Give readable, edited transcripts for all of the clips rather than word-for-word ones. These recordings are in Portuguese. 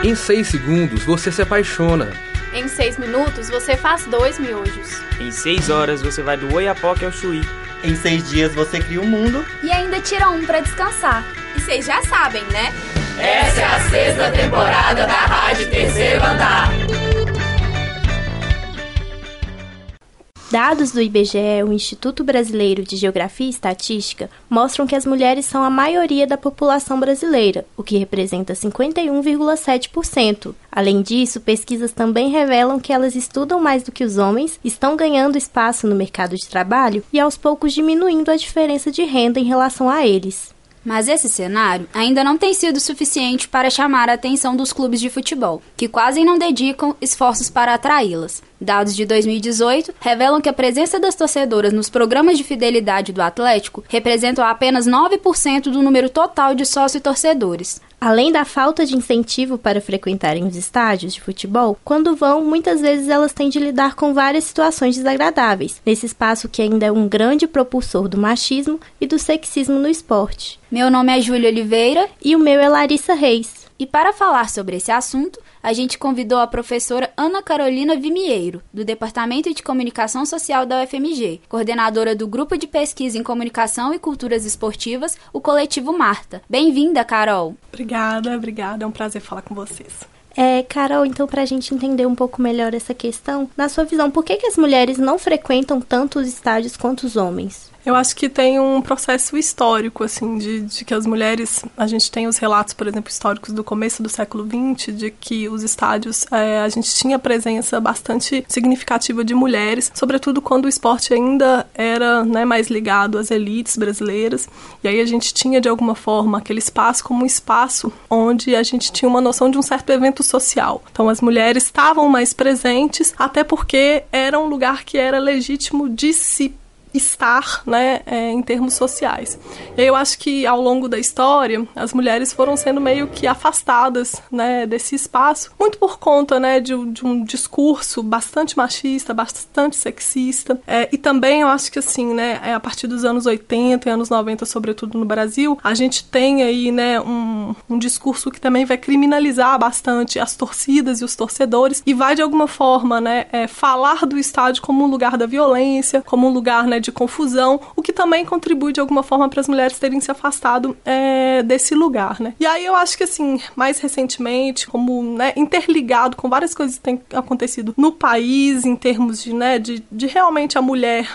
Em 6 segundos, você se apaixona. Em 6 minutos, você faz 2 miojos. Em 6 horas, você vai do Oiapoque ao Chuí. Em 6 dias, você cria um mundo. E ainda tira um pra descansar. E vocês já sabem, né? Essa é a 6ª temporada da Rádio Terceiro Andar. Dados do IBGE, o Instituto Brasileiro de Geografia e Estatística, mostram que as mulheres são a maioria da população brasileira, o que representa 51,7%. Além disso, pesquisas também revelam que elas estudam mais do que os homens, estão ganhando espaço no mercado de trabalho e aos poucos diminuindo a diferença de renda em relação a eles. Mas esse cenário ainda não tem sido suficiente para chamar a atenção dos clubes de futebol, que quase não dedicam esforços para atraí-las. Dados de 2018 revelam que a presença das torcedoras nos programas de fidelidade do Atlético representam apenas 9% do número total de sócio-torcedores. Além da falta de incentivo para frequentarem os estádios de futebol, quando vão, muitas vezes elas têm de lidar com várias situações desagradáveis, nesse espaço que ainda é um grande propulsor do machismo e do sexismo no esporte. Meu nome é Júlia Oliveira e o meu é Larissa Reis. E para falar sobre esse assunto, a gente convidou a professora Ana Carolina Vimieiro, do Departamento de Comunicação Social da UFMG, coordenadora do Grupo de Pesquisa em Comunicação e Culturas Esportivas, o Coletivo Marta. Bem-vinda, Carol! Obrigada, é um prazer falar com vocês. Carol, então, para a gente entender um pouco melhor essa questão, na sua visão, por que as mulheres não frequentam tanto os estádios quanto os homens? Eu acho que tem um processo histórico, assim, de que as mulheres, a gente tem os relatos, por exemplo, históricos do começo do século XX, de que os estádios, a gente tinha presença bastante significativa de mulheres, sobretudo quando o esporte ainda era, né, mais ligado às elites brasileiras, e aí a gente tinha, de alguma forma, aquele espaço como um espaço onde a gente tinha uma noção de um certo evento social. Então, as mulheres estavam mais presentes, até porque era um lugar que era legítimo de se estar, né, em termos sociais. E aí eu acho que ao longo da história as mulheres foram sendo meio que afastadas, né, desse espaço, muito por conta, né, de um discurso bastante machista, bastante sexista, e também eu acho que assim, né, a partir dos anos 80 e anos 90, sobretudo no Brasil, a gente tem aí, né, um discurso que também vai criminalizar bastante as torcidas e os torcedores e vai de alguma forma, né, falar do estádio como um lugar da violência, como um lugar, né, de confusão, o que também contribui de alguma forma para as mulheres terem se afastado desse lugar, né? E aí eu acho que assim, mais recentemente, como, né, interligado com várias coisas que têm acontecido no país, em termos de, né, de realmente a mulher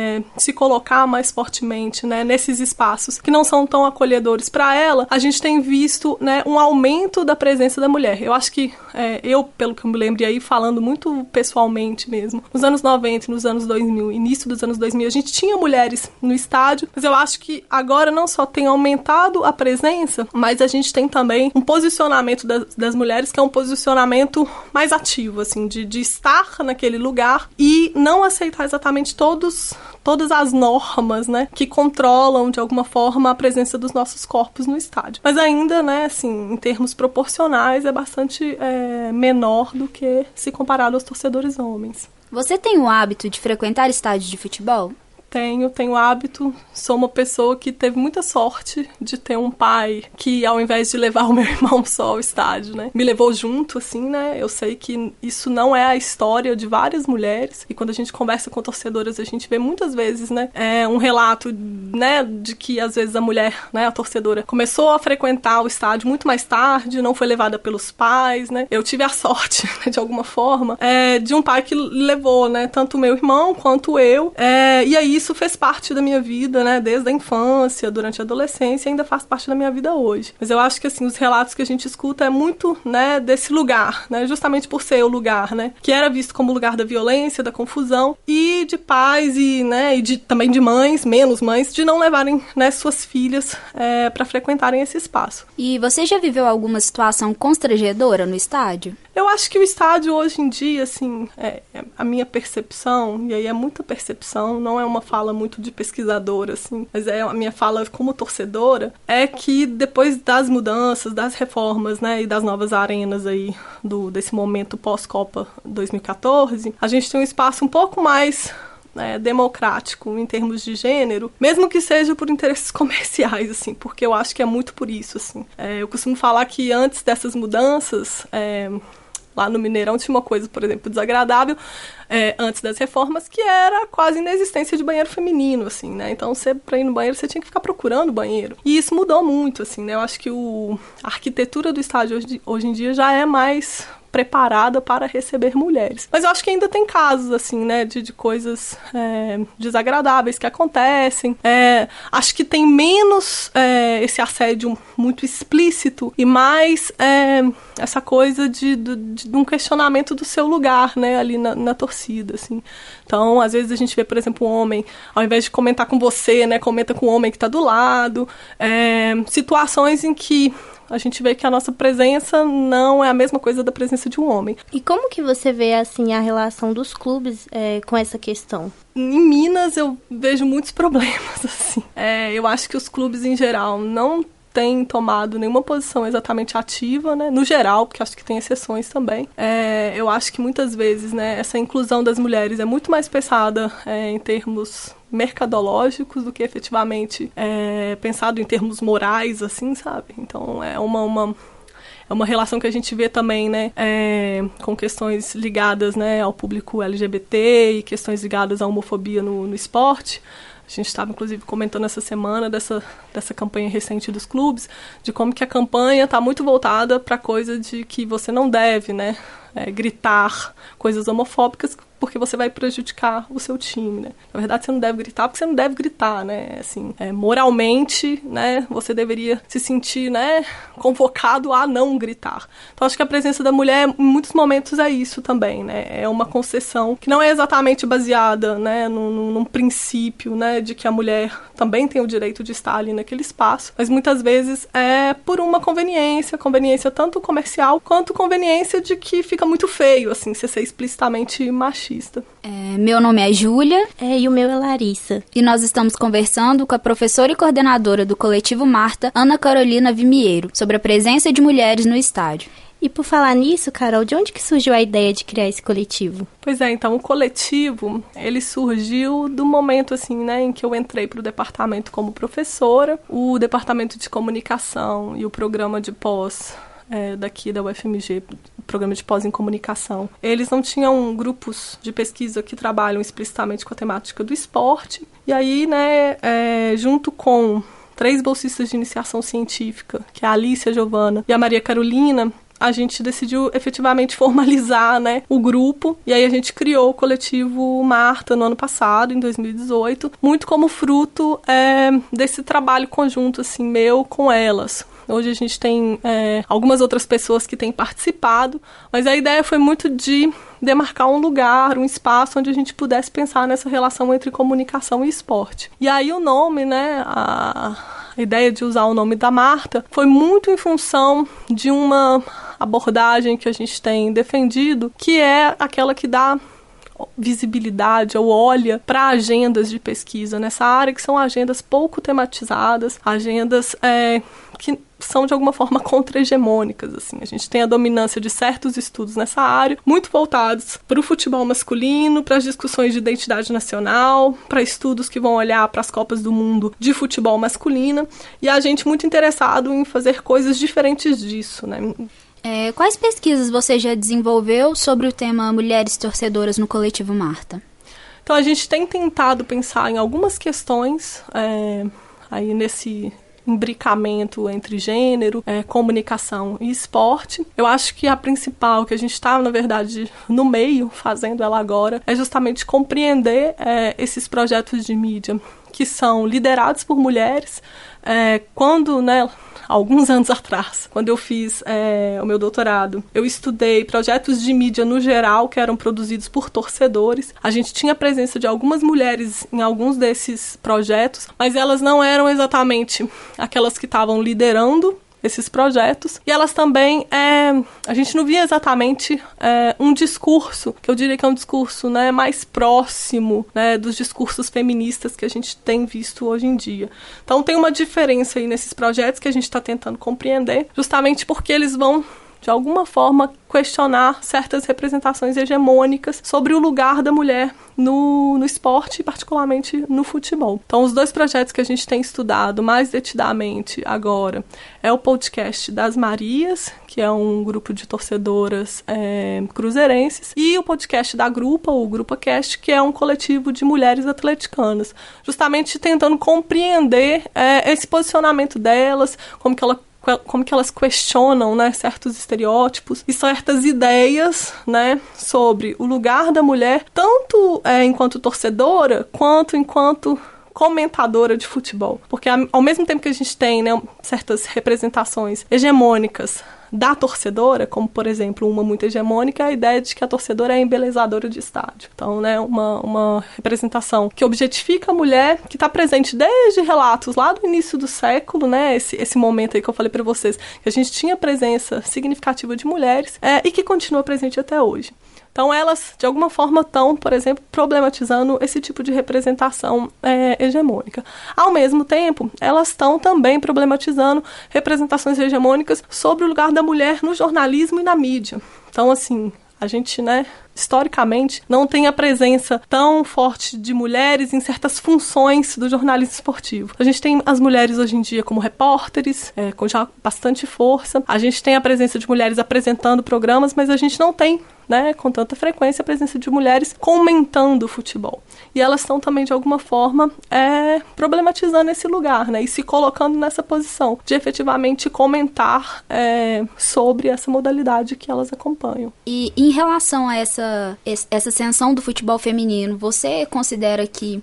se colocar mais fortemente, né, nesses espaços que não são tão acolhedores para ela, a gente tem visto, né, um aumento da presença da mulher. Eu acho que eu, pelo que eu me lembro, e aí falando muito pessoalmente mesmo, nos anos 90 e nos anos 2000, início dos anos 2000, a gente tinha mulheres no estádio, mas eu acho que agora não só tem aumentado a presença, mas a gente tem também um posicionamento das mulheres que é um posicionamento mais ativo, assim, de estar naquele lugar e não aceitar exatamente todas as normas, né, que controlam de alguma forma a presença dos nossos corpos no estádio. Mas ainda, né, assim, em termos proporcionais, é bastante menor do que se comparado aos torcedores homens. Você tem o hábito de frequentar estádios de futebol? Tenho hábito, sou uma pessoa que teve muita sorte de ter um pai que, ao invés de levar o meu irmão só ao estádio, né, me levou junto, assim, né, eu sei que isso não é a história de várias mulheres, e quando a gente conversa com torcedoras, a gente vê muitas vezes, né, um relato, né, de que às vezes a mulher, né, a torcedora, começou a frequentar o estádio muito mais tarde, não foi levada pelos pais, né, eu tive a sorte, né, de alguma forma, de um pai que levou, né, tanto o meu irmão quanto eu, e aí isso fez parte da minha vida, né, desde a infância, durante a adolescência, e ainda faz parte da minha vida hoje. Mas eu acho que, assim, os relatos que a gente escuta é muito, né, desse lugar, né, justamente por ser o lugar, né, que era visto como lugar da violência, da confusão, e de pais e, né, e também de mães, menos mães, de não levarem, né, suas filhas para frequentarem esse espaço. E você já viveu alguma situação constrangedora no estádio? Eu acho que o estádio hoje em dia, assim, a minha percepção, e aí é muita percepção, não é uma fala muito de pesquisadora, assim, mas é a minha fala como torcedora, é que depois das mudanças, das reformas, né, e das novas arenas aí, desse momento pós-Copa 2014, a gente tem um espaço um pouco mais democrático em termos de gênero, mesmo que seja por interesses comerciais, assim, porque eu acho que é muito por isso, assim. Eu costumo falar que antes dessas mudanças, lá no Mineirão tinha uma coisa, por exemplo, desagradável, antes das reformas, que era quase a inexistência de banheiro feminino, assim, né? Então, para ir no banheiro, você tinha que ficar procurando banheiro. E isso mudou muito, assim, né? Eu acho que a arquitetura do estádio hoje em dia já é mais preparada para receber mulheres. Mas eu acho que ainda tem casos, assim, né, de coisas desagradáveis que acontecem. Acho que tem menos esse assédio muito explícito e mais essa coisa de um questionamento do seu lugar, né, ali na torcida, assim. Então, às vezes a gente vê, por exemplo, um homem, ao invés de comentar com você, né, comenta com o homem que está do lado. Situações em que a gente vê que a nossa presença não é a mesma coisa da presença de um homem. E como que você vê, assim, a relação dos clubes com essa questão? Em Minas, eu vejo muitos problemas, assim. Eu acho que os clubes, em geral, não têm tomado nenhuma posição exatamente ativa, né? No geral, porque acho que tem exceções também. Eu acho que muitas vezes, né, essa inclusão das mulheres é muito mais pensada em termos mercadológicos do que efetivamente pensado em termos morais, assim, sabe? Então, é uma relação que a gente vê também, né, com questões ligadas, né, ao público LGBT e questões ligadas à homofobia no esporte. A gente estava, inclusive, comentando essa semana dessa campanha recente dos clubes, de como que a campanha está muito voltada para a coisa de que você não deve, né, gritar coisas homofóbicas porque você vai prejudicar o seu time, né? Na verdade, você não deve gritar porque você não deve gritar, né? Assim, moralmente, né, você deveria se sentir, né, convocado a não gritar. Então, acho que a presença da mulher, em muitos momentos, é isso também, né? É uma concessão que não é exatamente baseada, né, num princípio, né, de que a mulher também tem o direito de estar ali naquele espaço, mas muitas vezes é por uma conveniência tanto comercial quanto conveniência de que fica muito feio, assim, você ser explicitamente machista. Meu nome é Júlia. E o meu é Larissa. E nós estamos conversando com a professora e coordenadora do Coletivo Marta, Ana Carolina Vimiero, sobre a presença de mulheres no estádio. E por falar nisso, Carol, de onde que surgiu a ideia de criar esse coletivo? Pois então, o coletivo, ele surgiu do momento, assim, né, em que eu entrei para o departamento como professora. O departamento de comunicação e o programa de pós daqui da UFMG, programa de pós em comunicação, eles não tinham grupos de pesquisa que trabalham explicitamente com a temática do esporte. E aí, né, junto com 3 bolsistas de iniciação científica, que é a Alice, a Giovana e a Maria Carolina, a gente decidiu efetivamente formalizar, né, o grupo, e aí a gente criou o coletivo Marta no ano passado, em 2018, muito como fruto desse trabalho conjunto, assim, meu com elas. Hoje a gente tem algumas outras pessoas que têm participado, mas a ideia foi muito de demarcar um lugar, um espaço onde a gente pudesse pensar nessa relação entre comunicação e esporte. E aí o nome, né, a ideia de usar o nome da Marta foi muito em função de uma abordagem que a gente tem defendido, que é aquela que dá visibilidade ou olha para agendas de pesquisa nessa área, que são agendas pouco tematizadas, agendas que são de alguma forma contra-hegemônicas, assim. A gente tem a dominância de certos estudos nessa área, muito voltados para o futebol masculino, para as discussões de identidade nacional, para estudos que vão olhar para as Copas do Mundo de futebol masculino, e a gente muito interessado em fazer coisas diferentes disso, né? Quais pesquisas você já desenvolveu sobre o tema Mulheres Torcedoras no Coletivo Marta? Então, a gente tem tentado pensar em algumas questões aí nesse imbricamento entre gênero, comunicação e esporte. Eu acho que a principal, que a gente está, na verdade, no meio, fazendo ela agora, é justamente compreender esses projetos de mídia que são liderados por mulheres. Quando, né, alguns anos atrás, quando eu fiz o meu doutorado, eu estudei projetos de mídia no geral que eram produzidos por torcedores. A gente tinha a presença de algumas mulheres em alguns desses projetos, mas elas não eram exatamente aquelas que estavam liderando esses projetos, e elas também, a gente não via exatamente um discurso, que eu diria que é um discurso, né, mais próximo, né, dos discursos feministas que a gente tem visto hoje em dia. Então tem uma diferença aí nesses projetos que a gente está tentando compreender, justamente porque eles vão de alguma forma, questionar certas representações hegemônicas sobre o lugar da mulher no esporte, particularmente no futebol. Então, os 2 projetos que a gente tem estudado mais detidamente agora é o podcast das Marias, que é um grupo de torcedoras cruzeirenses, e o podcast da Grupa, o GrupaCast, que é um coletivo de mulheres atleticanas, justamente tentando compreender esse posicionamento delas, como que elas questionam, né, certos estereótipos e certas ideias, né, sobre o lugar da mulher, tanto enquanto torcedora, quanto enquanto comentadora de futebol. Porque ao mesmo tempo que a gente tem, né, certas representações hegemônicas da torcedora, como, por exemplo, uma muito hegemônica, a ideia de que a torcedora é a embelezadora de estádio. Então, né, uma representação que objetifica a mulher, que está presente desde relatos lá do início do século, né, esse momento aí que eu falei para vocês, que a gente tinha presença significativa de mulheres, e que continua presente até hoje. Então, elas, de alguma forma, estão, por exemplo, problematizando esse tipo de representação hegemônica. Ao mesmo tempo, elas estão também problematizando representações hegemônicas sobre o lugar da mulher no jornalismo e na mídia. Então, assim, a gente, né, historicamente, não tem a presença tão forte de mulheres em certas funções do jornalismo esportivo. A gente tem as mulheres hoje em dia como repórteres, com já bastante força. A gente tem a presença de mulheres apresentando programas, mas a gente não tem, né, com tanta frequência, a presença de mulheres comentando o futebol. E elas estão também, de alguma forma, problematizando esse lugar, né, e se colocando nessa posição de efetivamente comentar sobre essa modalidade que elas acompanham. E em relação a essa ascensão do futebol feminino, você considera que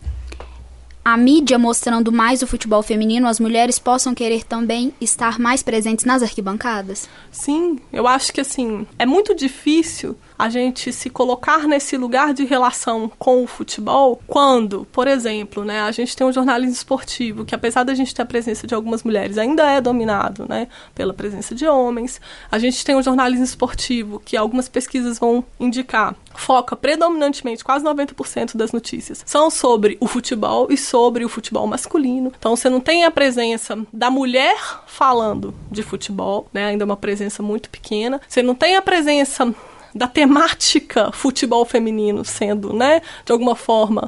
a mídia mostrando mais o futebol feminino, as mulheres possam querer também estar mais presentes nas arquibancadas? Sim, eu acho que, assim, é muito difícil a gente se colocar nesse lugar de relação com o futebol quando, por exemplo, né, a gente tem um jornalismo esportivo que, apesar da gente ter a presença de algumas mulheres, ainda é dominado, né, pela presença de homens. A gente tem um jornalismo esportivo que algumas pesquisas vão indicar, foca predominantemente, quase 90% das notícias são sobre o futebol e sobre o futebol masculino. Então, você não tem a presença da mulher falando de futebol, né, ainda é uma presença muito pequena. Você não tem a presença da temática futebol feminino sendo, né, de alguma forma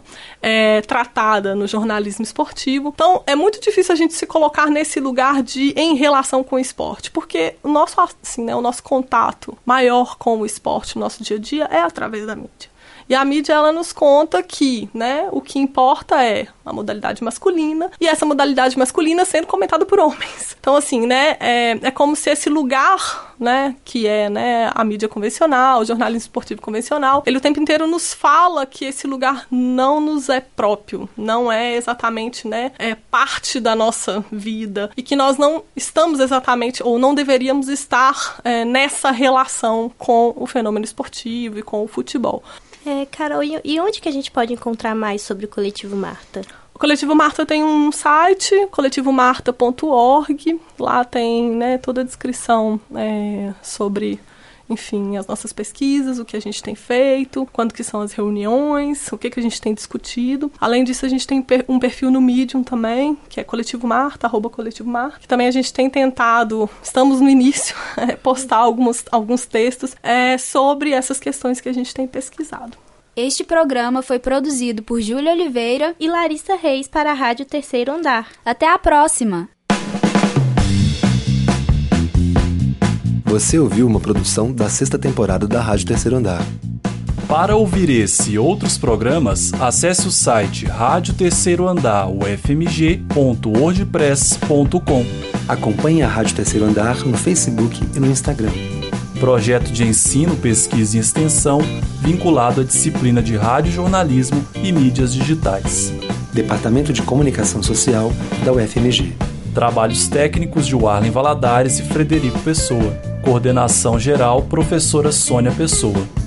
tratada no jornalismo esportivo. Então, é muito difícil a gente se colocar nesse lugar em relação com o esporte, porque o nosso, assim, né, o nosso contato maior com o esporte no nosso dia a dia é através da mídia. E a mídia, ela nos conta que, né, o que importa é a modalidade masculina, e essa modalidade masculina sendo comentada por homens. Então, assim, né, é como se esse lugar, né, que é, né, a mídia convencional, o jornalismo esportivo convencional, ele o tempo inteiro nos fala que esse lugar não nos é próprio, não é exatamente, né, parte da nossa vida, e que nós não estamos exatamente, ou não deveríamos estar nessa relação com o fenômeno esportivo e com o futebol. Carol, e onde que a gente pode encontrar mais sobre o Coletivo Marta? O Coletivo Marta tem um site, coletivomarta.org. Lá tem, né, toda a descrição sobre, enfim, as nossas pesquisas, o que a gente tem feito, quando que são as reuniões, o que a gente tem discutido. Além disso, a gente tem um perfil no Medium também, que é Coletivo Marta, @coletivomarta, que também a gente tem tentado, estamos no início, postar alguns textos sobre essas questões que a gente tem pesquisado. Este programa foi produzido por Júlia Oliveira e Larissa Reis para a Rádio Terceiro Andar. Até a próxima! Você ouviu uma produção da 6ª temporada da Rádio Terceiro Andar. Para ouvir esse e outros programas, acesse o site Rádio Terceiro Andar ufmg.wordpress.com. Acompanhe a Rádio Terceiro Andar no Facebook e no Instagram. Projeto de ensino, pesquisa e extensão vinculado à disciplina de radiojornalismo e mídias digitais. Departamento de Comunicação Social da UFMG. Trabalhos técnicos de Warlen Valadares e Frederico Pessoa. Coordenação geral, professora Sônia Pessoa.